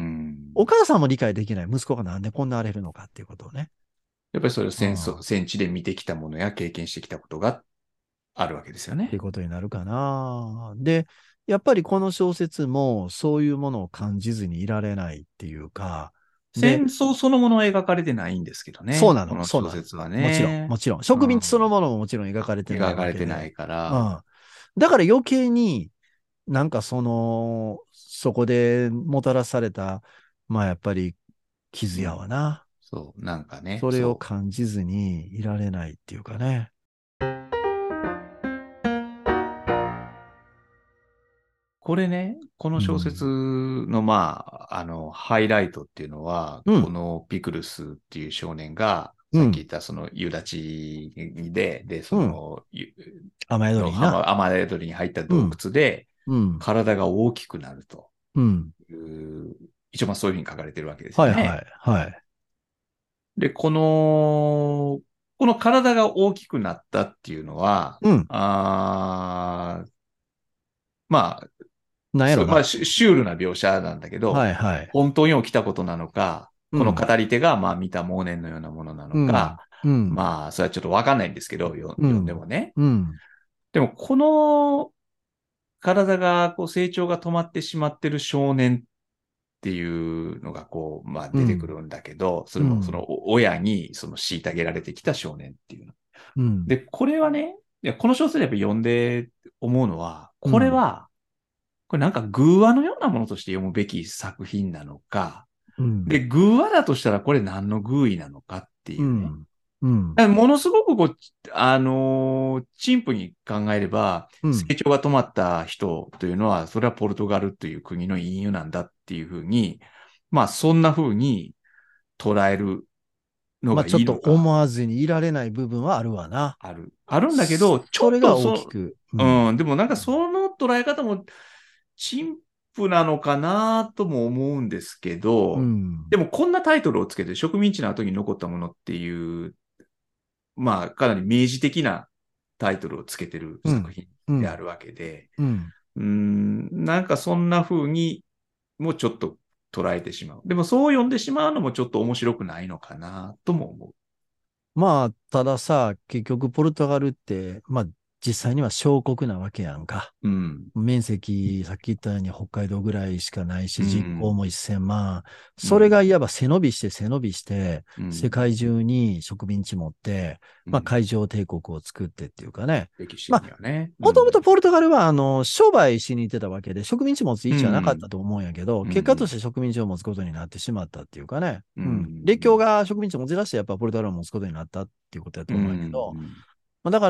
お母さんも理解できない。息子がなんでこんな荒れるのかっていうことをね。 やっぱりそれをうん。 戦争、 っ戦地で見てきたものや経験してきたことがあるわけですよね。 ていうことになるかな。で、やっぱりこの小説もそういうものを感じずにいられないっていうか、で、 戦争そのものは描かれてないんですけどね。 そうなの、 この小そうなの。 説はもちろん、 ね。 もちろん。 う植民地そのん。 ものももちろん描かれてない描かわけで。 れてないかうら、 ん。だから余計になんかその、そこでもたらされた、まあやっぱり傷やうん。 わな。 そう、なんかね、 それをそう。 感じずにいられないっていうかね。 これね、このう小説ん。 の、まあ、あの、ハイライトっていうのは、 うん。 このピクルスっていう少年が、 うん。 さっき言ったその夕立ちで、で、そうん。 の、ゆ雨宿のりにな。 浜、雨宿りに入った洞うん。 窟で、 うん。 体が大きくなるとうん。 いう、一応まあそういうふうに書かれてるわけですよね。 はいはい。はい。 で、この、この体が大きくなったっていうのは、 うん。 あーまあ、そう、まあ、 なんやろな。 シュシュールな描写なんだけど、 はいはい。 本当に起きたことなのか、このうん。 語り手がまあ見た妄念のようなものなのか、 うん。うん。 まあ、それはちょっとわかんないんですけど、よ読んでうん。 もね。 うん。 でも、この体が、こう、成長が止まってしまってる少年っていうのが、こう、まあ出てくうん。 るんだけど、それもそうん。 のお親にその虐げられてきた少年っていうの。 うん。 で、これはね、いや、この小説でやっぱ読んで思うのは、これうん。 は、これなんか偶話のようなものとして読むべき作品なのか、 うん。 で、偶話だとしたらこれ何の偶意なのかっていうね。 うん。うん。 ものすごくこう、あのー陳腐に考えれば、 うん。 成長が止まった人というのは、それはポルトガルという国の隠喩なんだっていうふうに、まあそんなふうに捉えるのまあがちょっと思いいのか、 わずにいられない部分はあるわな。 ある。あるんだけど、ちょっそれが大きとそ、 く。うん。 うん、でもなんかその捉え方も陳腐なのかなとも思うんですけうど、 ん。 でもこんなタイトルをつけて植民地の後に残ったものっていうまあ、かなり明示的なタイトルをつけてるうん。 作品うん。 であるわけで、 うん。 うーん、なんかそんな風にもうちょっと捉えてしまう。でもそう読んでしまうのもちょっと面白くないのかなとも思う。 まあ、たださ、結局ポルトガルって、まあ、実際には小国なわけやんか。 うん、 面積、さっき言ったように北海道ぐらいしかないうし、人口ん、 もせんまん。それうん、 がいわば背伸びして背伸びして、 うん、 世界中に植民地持って、まあ、 うん。 海上帝国を作ってっていうかね。 歴史的まあ、 にはね。うもともとん、 ポルトガルは、あの、商売しに行ってたわけで、植民地持つ位う置はなかっん、 たと思うんやけど、 うん、 結果として植民地を持つことになってしまったっていうかね。 ううん。列強ん、 が植民地を持ち出して、やっぱポルトガルを持つことになったっていうことだうと思うんやけど、 ん、 まあだから、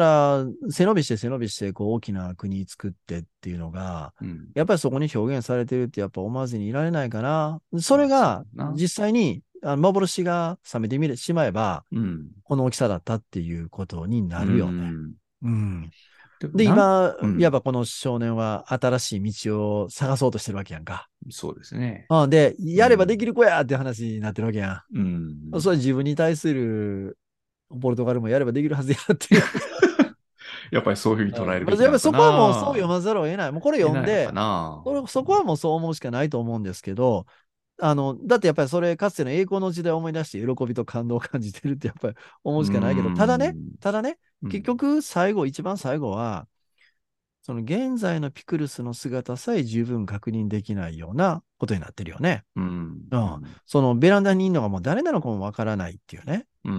背伸びして背伸びして、こう大きな国作ってっていうのが、 うん。 やっぱりそこに表現されてるってやっぱ思わずにいられないかな。それまあ、そうがだな。 実際にあの幻が覚めてみれしまえば、 うん。 この大きさだったっていうことになうるよね。 ん。 うん。 でも、 で、 なん、 今、 うん。 いわばこの少年は新しい道を探そうとしてるわけやんか。 そうですね。 うん、で、やればできうん。 る子やって話になってるわけやうん。そん。 れ自分に対するポルトガルもやればできるはずやっていう。 やっぱりそういうふうに捉えるうん、まあ、 べきなのかやっぱりそこはもうそう読な。 まざるを得ない。もうこれ得ないのか読んで、 な。 それそこはもうそう思うしかないと思うんですけど、あの、だってやっぱりそれ、かつての栄光の時代を思い出して喜びと感動を感じてるってやっぱり思ううしかないけど、ただね、 ん。 ただね、結うん。 局最後、一番最後は、その現在のピクルスの姿さえ十分確認できないようなことになってるよね。 うん。 うん。 うん。 そのベランダにいるのがもう誰なのかもわからないっていうね。 うん。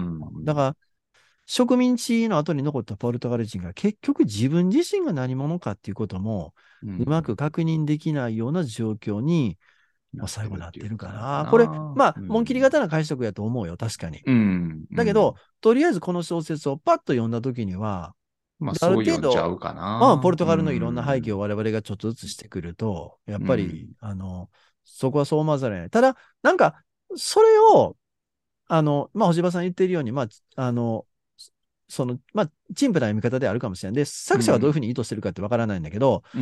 だから、植民地の後に残ったポルトガル人が結局自分自身が何者かっていうこともうまうん。 く確認できないような状況に、まあ、 なってるっていう最後なってることなのかかな。これ、 な。 まあ、 うん。 紋切り型な解釈やと思うよ、確かに。 うん。うん。 だけど、とりあえずこの小説をパッと読んだときには、 まあ、 あるそう読んじゃ程度、 うかまあ、ポな。 ルトうガルのいろんな背景をん。 我々がちょっとずつしてくると、やっうぱり、 ん。 あの、そこはそう思わざるを得ない。ただ、なんか、それを、あの、まあ、星葉さん言っているように、まあ、あの、その、まあ、陳腐な読み方であるかもしれない。で、作者がどういうふうん。 うに意図してるかってわからないんだけど、 うん。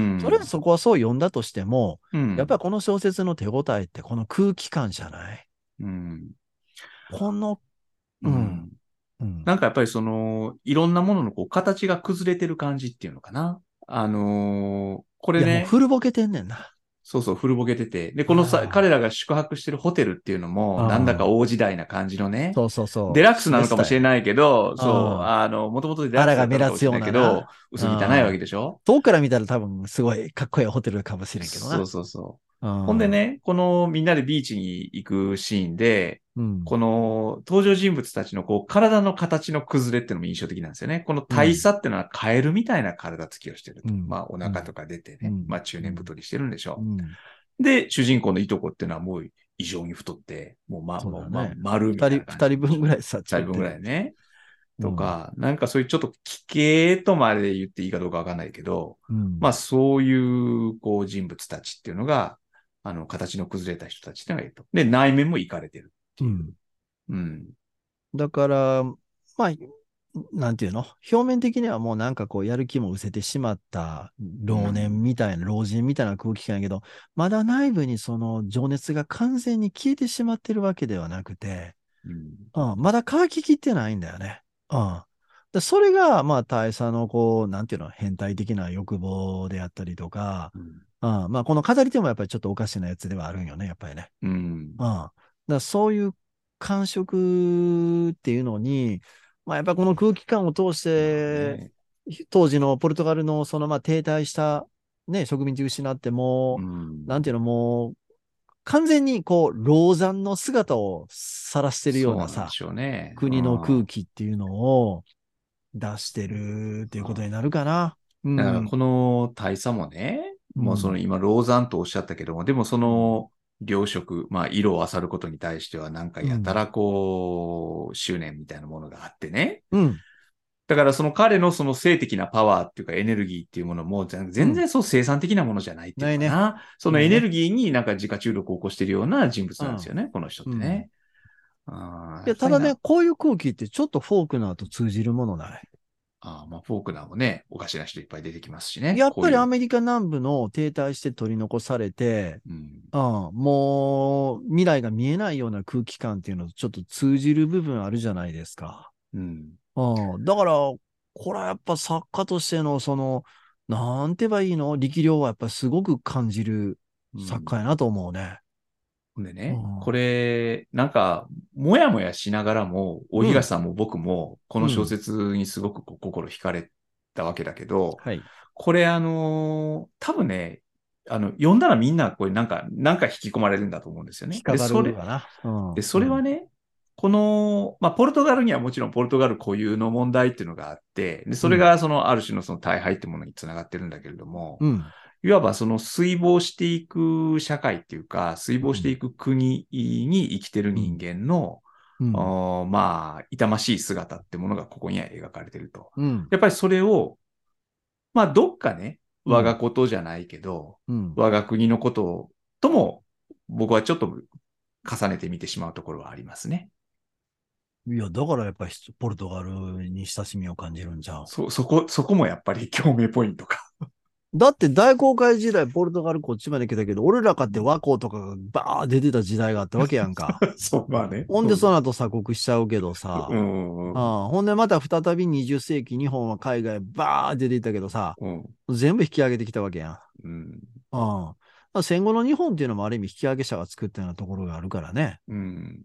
とりあえずそこはそう読んだとしても、 うん。 やっぱりこの小説の手応えってこの空気感じゃない？ うん。 この、うん、 うん。 うん。 なんかやっぱりその、いろんなもののこう形が崩れてる感じっていうのかな。あのーこいや、もうれね、 古ぼけてんねんな。 そうそう、古ぼけてて。で、このさ、 あ彼らが宿泊してるホテルっていうのも、なんだかあ、うん。 大時代な感じのね、 そうそうそう。 デラックスなのかもシエスタやね。 しれないけど、 うん。 そう、 ああの、もともとデラックスだらがったのかもしれ目立つようないけど、 なな。う薄汚いわけん。 でしょ？ 遠くから見たら多分すごいかっこいいホテルかもしれんけどな。 そうそうそう。 うん。 ほんでね、このみんなでビーチに行くシーンで、 うん。 この登場人物たちのこう体の形の崩れっていうのも印象的なんですよね。このうん。 大佐っていうのはカエルみたいな体つきをしてると。 うん。 まあおうん。 腹とか出てね。 うん。 まあ中うん。 年太りしてるんでしょうん。 う。で、主人公のいとこっていうのはもう異常に太って、もうまあ、もうまあ、 そうだね。 丸み二人、 たいな感じ二人なんでしょ？ 分ぐらいさ、 二人分ぐ作ってる。 らいね。 うん。 とか、なんかそういうちょっと奇形とまで言っていいかどうかわかんないけど、 うん。 まあそういうこう人物たちっていうのが、あの、形の崩れた人たちっていうのがいると。で、内面もいかれてるっていう。 うん。 うん。 だから、まあ、なんていうの表面的にはもうなんかこうやる気も失せてしまった老うん。 年みたいな、老人みたいな空気感やけど、まだ内部にその情熱が完全に消えてしまってるわけではなくて、 うん。 うん、まだ乾ききってないんだよね。うん。でそれが、まあ、大佐のこう、なんていうの、変態的な欲望であったりとか、 うん。 うん、まあ、この語り手もやっぱりちょっとおかしなやつではあるんよね、やっぱりね。 うん。 うん。だからそういう感触っていうのに、まあ、やっぱりこの空気感を通しまあて、 ね。 当時のポルトガルのそのまあ停滞したね、植民地失ってうもう、なんてん。 いうの、もう、完全にこう、老残の姿を晒してるようなさ、 そうなんでしょうね。う国の空ん。 気っていうのを出してるっていうことになるかな。うん。 だからこの大佐もね、もうそのうん。 今、ローザンとおっしゃったけども、でもそうん。 の良色、まあ色を漁ることに対してはなんかうん。 やたらこう、執念みたいなものがあってね。 うん。 だからその彼のその性的なパワーっていうかエネルギーっていうものも全うん。 全然そう生産的なものじゃないっていうないね。 のかな。そのないね。 エネルギーになんか自家中毒を起こしているような人物うん。 なんですよね、この人っうん。 てね。あーいや、ただね、 やっぱりな。 こういう空気ってちょっとフォークナーと通じるものない。 あーまあ、フォークナーもね、おかしな人いっぱい出てきますしね、 やっぱりアこういう。 メリカ南部の停滞して取り残されて、 うん。 うん、もう未来が見えないような空気感っていうのとちょっと通じる部分あるじゃないですか。 うん。 うん、だから、これはやっぱ作家としての、その、なんて言えばいいの力量はやっぱすごく感じるうん。 作家やなと思うね。 ほんでうね、こん。 れ、なんか、もやもやしながらも、大うん。 東さんも僕も、この小うん。 説にすごくこう心惹かれたわけだけど、 はい。 これあのー多分ね、あの、読んだらみんなこれなんか、なんか引き込まれるんだと思うんですよね。で、 引っかかそれ、 るわな。うで、 ん。うん。 それはね、この、まあ、ポルトガルにはもちろんポルトガル固有の問題っていうのがあって、で、それうん。 がそのある種のその大敗ってものにつながってるんだけれども、 うん。 いわばその衰亡していく社会っていうか、衰亡してうん。 いく国に生きてる人うん。 間の、 うん。 あーまあ、痛ましい姿ってものがここには描かれてると。 うん。 やっぱりそれを、まあ、どっかね、我がうん。 ことじゃないけど、 うん。 我が国のこととも、僕はちょっと重ねて見てしまうところはありますね。 いや、だからやっぱりポルトガルに親しみを感じるんじゃん。 そ、そこ、そこもやっぱり共鳴ポイントか。 だって大航海時代、ポルトガルこっちまで来たけど、俺らかって和光とかがバー出てた時代があったわけやんか。 そう、まあね。 ほんで、 そうね。 その後鎖国しちゃうけどうさ。 ん、うん、 ああほんで、また再びにじゅっ世紀、日本は海外バー出ていったけどさ、 うん、 全部引き上げてきたわけやん。 うん、 ああ戦後の日本っていうのもある意味引き上げ者が作ったようなところがあるからね。 うん、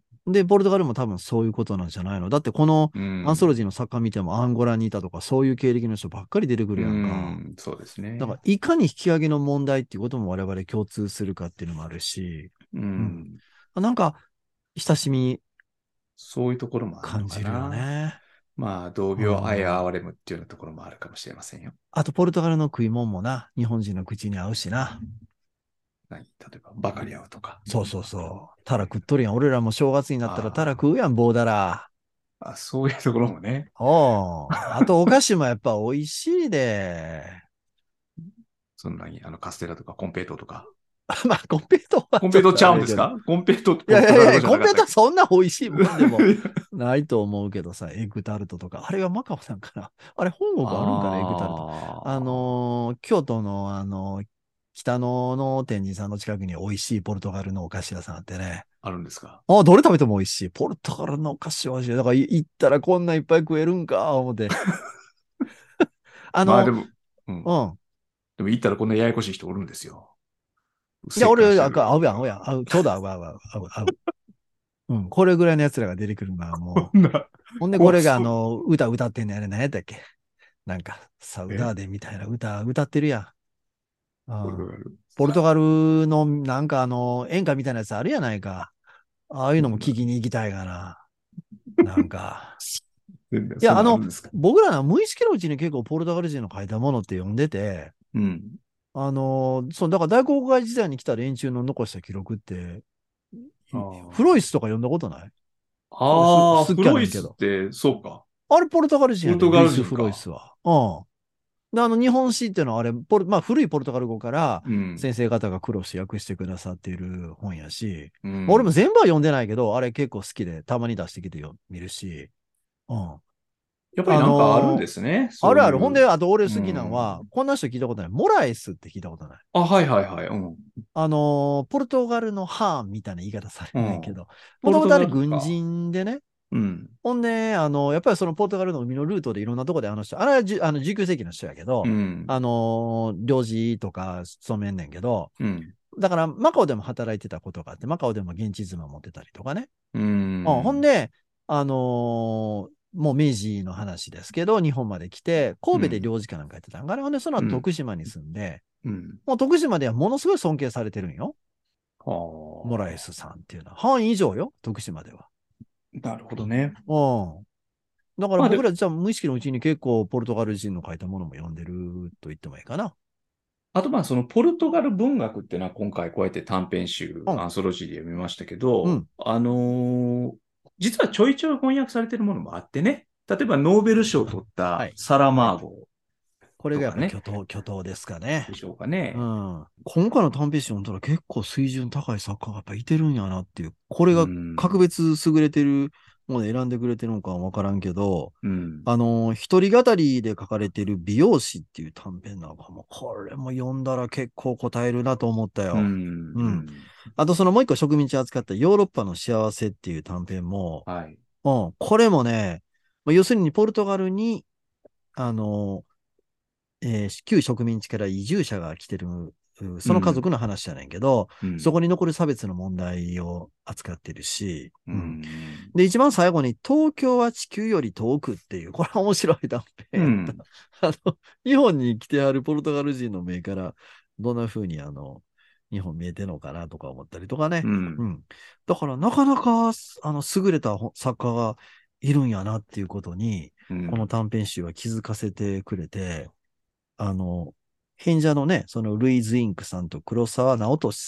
で、ポルトガルも多分そういうことなんじゃないの。だってこのうん、 アンソロジーの作家見てもアンゴラにいたとかそういう経歴の人ばっかり出てくうるやんか。 ん、そうですね。 だからいかに引き上げの問題っていうことも我々共通するかっていうのもあるし、 ううん。 ん、 なんか親しみそういうところもあるの感じるよかな。 ね。 まあ、同う病愛ん。 憐れむっていうようなところもあるかもしれませんよ。 あとポルトガルの食い物もな、日本人の口に合うしな。 何例えば、バカリャウとか。 そうそうそう。タラ食っとるやん。俺らも正月になったらタラあ食うやん、棒だら。 あ、そういうところもね。 おう。あとお菓子もやっぱ美味しいで。 そんなに、あの、カステラとかコンペイトーとか。 まあ、コンペイトーはちょっコンペイトーちゃとあれやけど。 うんですか？コンペイトーっていポルトガル語やいやいや、コンペイトーはじゃなかったっけ？ そんな美味しいもんでもないと思うけどさ、エッグタルトとか。あれはマカオさんかな。あれ本国あるんかな、エッグタルト。ああのー京都の、あのー北野の天神さんの近くに美味しいポルトガルのお菓子屋さんあってね。 あ、あるんですか？ あ、どれ食べても美味しい。ポルトガルのお菓子美味しい。だからい行ったらこんないっぱい食えるんか、思って。あの、 まあでも、うん。 うん。 でも行ったらこんなややこしい人おるんですよ。 いや、 折檻し俺、あ、 てる。 合うやん、合うやん。合う、ちょうど合う、合う、合う、合う、合う。うん。これぐらいの奴らが出てくるのはもう。 こんな、 ほんで、これがあ怖そう。 の、歌歌ってんのやね。何やったっけ？なんか、サウえダーデみたいな歌歌ってるやん。 ポルトうん。 ガル。 ポルトガルのなんかあの、演歌みたいなやつあるやないか。ああいうのも聞きに行きたいかな。なんか。 全然そんいや、あの、 なんあるんですか？ 僕らの無意識のうちに結構ポルトガル人の書いたものって読んでて、 うん。 あの、そう、だから大航海時代に来た連中の残した記録って、 あいフロイスーとか読んだことない？俺す、 あー、 好きやフロイねんけど。 スって、そうか。 あれポルトガル人やで、 ポルトガルルイス・フロイ人か。 スは。うん。で、あの、日本史っていうのはあれ、ポル、まあ、古いポルトガル語からうん。 先生方が苦労して訳してくださっている本やし、まあ俺もうん。 全部は読んでないけど、あれ結構好きで、たまに出してきてよ、見るし。うん。 やっぱりあなんかあるんのーですね。 あるある。ほんそういう。 で、あと俺う好きなのは、 ん。 こんな人聞いたことない。モラエスって聞いたことない。 あ、はいはいはい。うん。 あのーポルトガルのハーンみたいな言い方されうん。 るねんけど、もともとあポルトガれ軍ルか。 人でね、 うん。 ほんで、あの、やっぱりそのポルトガルの海のルートでいろんなとこであの人、あれはじあのじゅうきゅう世紀の人やけど、 うん。 あの、領事とか勤めんねんけど、 うん。 だからマカオでも働いてたことがあって、マカオでも現地妻持ってたりとかね。 ううん、ほんん。 で、あのーもう明治の話ですけど、日本まで来て、神戸でうん。 領事かなんかやってたんかな。ほんで、その後うん。 徳島に住んで、 うん。 もう徳島ではものすごい尊敬されてるんよ。 はモラエスあ。 さんっていうのは。範囲以上よ、徳島では。 なるほどね。 うん。だからまあで、 僕ら実は無意識のうちに結構ポルトガル人の書いたものも読んでると言ってもいいかな。 あとまあそのポルトガル文学っていうのは今回こうやって短編集、 うん。 アンソロジーで読みましたけど、 うん。 あのー実はちょいちょい翻訳されてるものもあってね。例えばノーベル賞を取ったはい。 サラはい。 マーゴこれがやっとかね。 ぱり巨頭、巨頭ですかね。 でしょうかね。 うん。今回の短編集読んだら結構水準高い作家がやっぱいてるんやなっていう。これうが格ん。 別優れてるもの選んでくれてるのかはわからんけど、 うん。 あの、一人語りで書かれてる美容師っていう短編なんかも、これも読んだら結構答えるなと思ったうよ。うん。 ん。 あとそのもう一個植民地扱ったヨーロッパの幸せっていう短編も、 はい。 うん、これもね、まあ要するにポルトガルに、あの、えー旧植民地から移住者が来てる、その家うん。 族の話じゃないけど、 うん。 そこに残る差別の問題を扱ってるし、 ううん。 ん。 で、一番最後に、東京は地球より遠くっていう、これは面白い断片やった。 うん。 あの、日本に来てあるポルトガル人の目から、どんな風にあの、日本見えてるのかなとか思ったりとかね。 うん。 うん。だから、なかなか、あの、優れた作家がいるんやなっていうことに、このうん。 短編集は気づかせてくれて、あの、演者のね、そのルイズ・インクさんと黒沢直俊さん。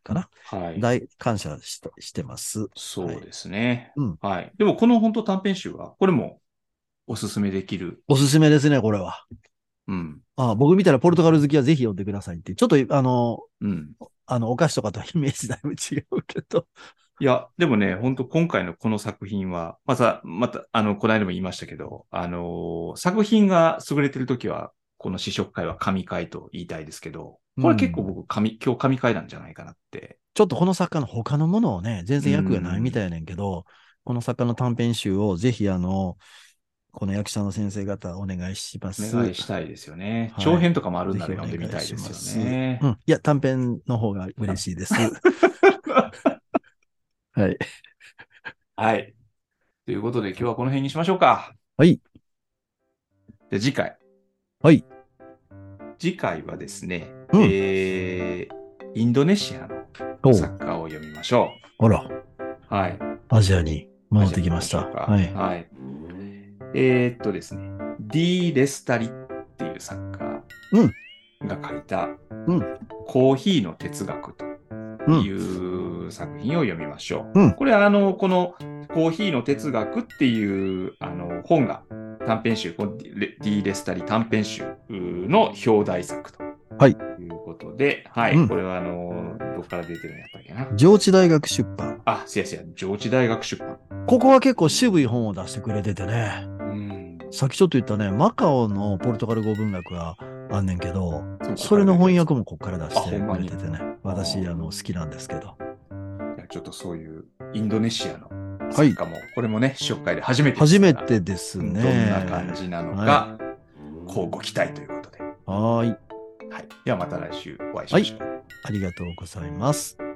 かな。 はい。 大感謝ししてます。 そうですね。 はい。うん。 はい。でも、この本当短編集は、これもおすすめできる。 おすすめですね、これは。 うん。 あ僕みたいなポルトガル好きはぜひ読んでくださいって。ちょっと、あの、 うん。 あの、お菓子とかとイメージだいぶ違うけど。 いや、でもね、本当今回のこの作品は、また、また、あの、この間も言いましたけど、あのー作品が優れてるときは、この試食会は神回と言いたいですけど、これ結構僕、神、今日神回なんじゃないかなって。 ちょっとこの作家の他のものをね、全然役がないみたいいやねんけど、この作家の短編集をぜひ、あの、この役者の先生方お願いしまおす。 願いしたいですよね。 はい。 長編とかもあるんぜひおなら読んでみ願いたいですよします。 ね。 うん。いや、短編の方が嬉しいです。はい。 はい。ということで今日はこの辺にしましょうか。 はい。 で、次回。 はい。 次回はですね、 うん。 えー、インドネシアおうの作家を読みましょあら、 う。はい。 アジアに戻ってアジアに行ききました。 ましょうか。 はい。 はい。えーっとですね、ディ・レスタリっていう作家うん。 が書いた、 うん。 コーヒーの哲学とうん。 いう作品を読みましょう。 うん。 これはあの、このコーヒーの哲学っていうあの本が短編集、このディ・レスタリ短編集の表題作とはい。 いうことで、はい。 うんこれはあの、どこから出てるんやったっけな。 上智大学出版。 あ、せやせや、上智大学出版。 ここは結構渋い本を出してくれててね。 うん。 さっきちょっと言ったね、マカオのポルトガル語文学があんねんけど、 そうそれの翻訳もここから出してあほんまにくれててね。私、 あーあの、好きなんですけど。 いやちょっとそういうインドネシアのはい。 作家も、これもね、試食会で初めてです初めからてですうんね。 どんな感じなのか、 はこうご期待ということで。 はーい。 はい。ではまた来週お会いしましょう。 ありがとうございます。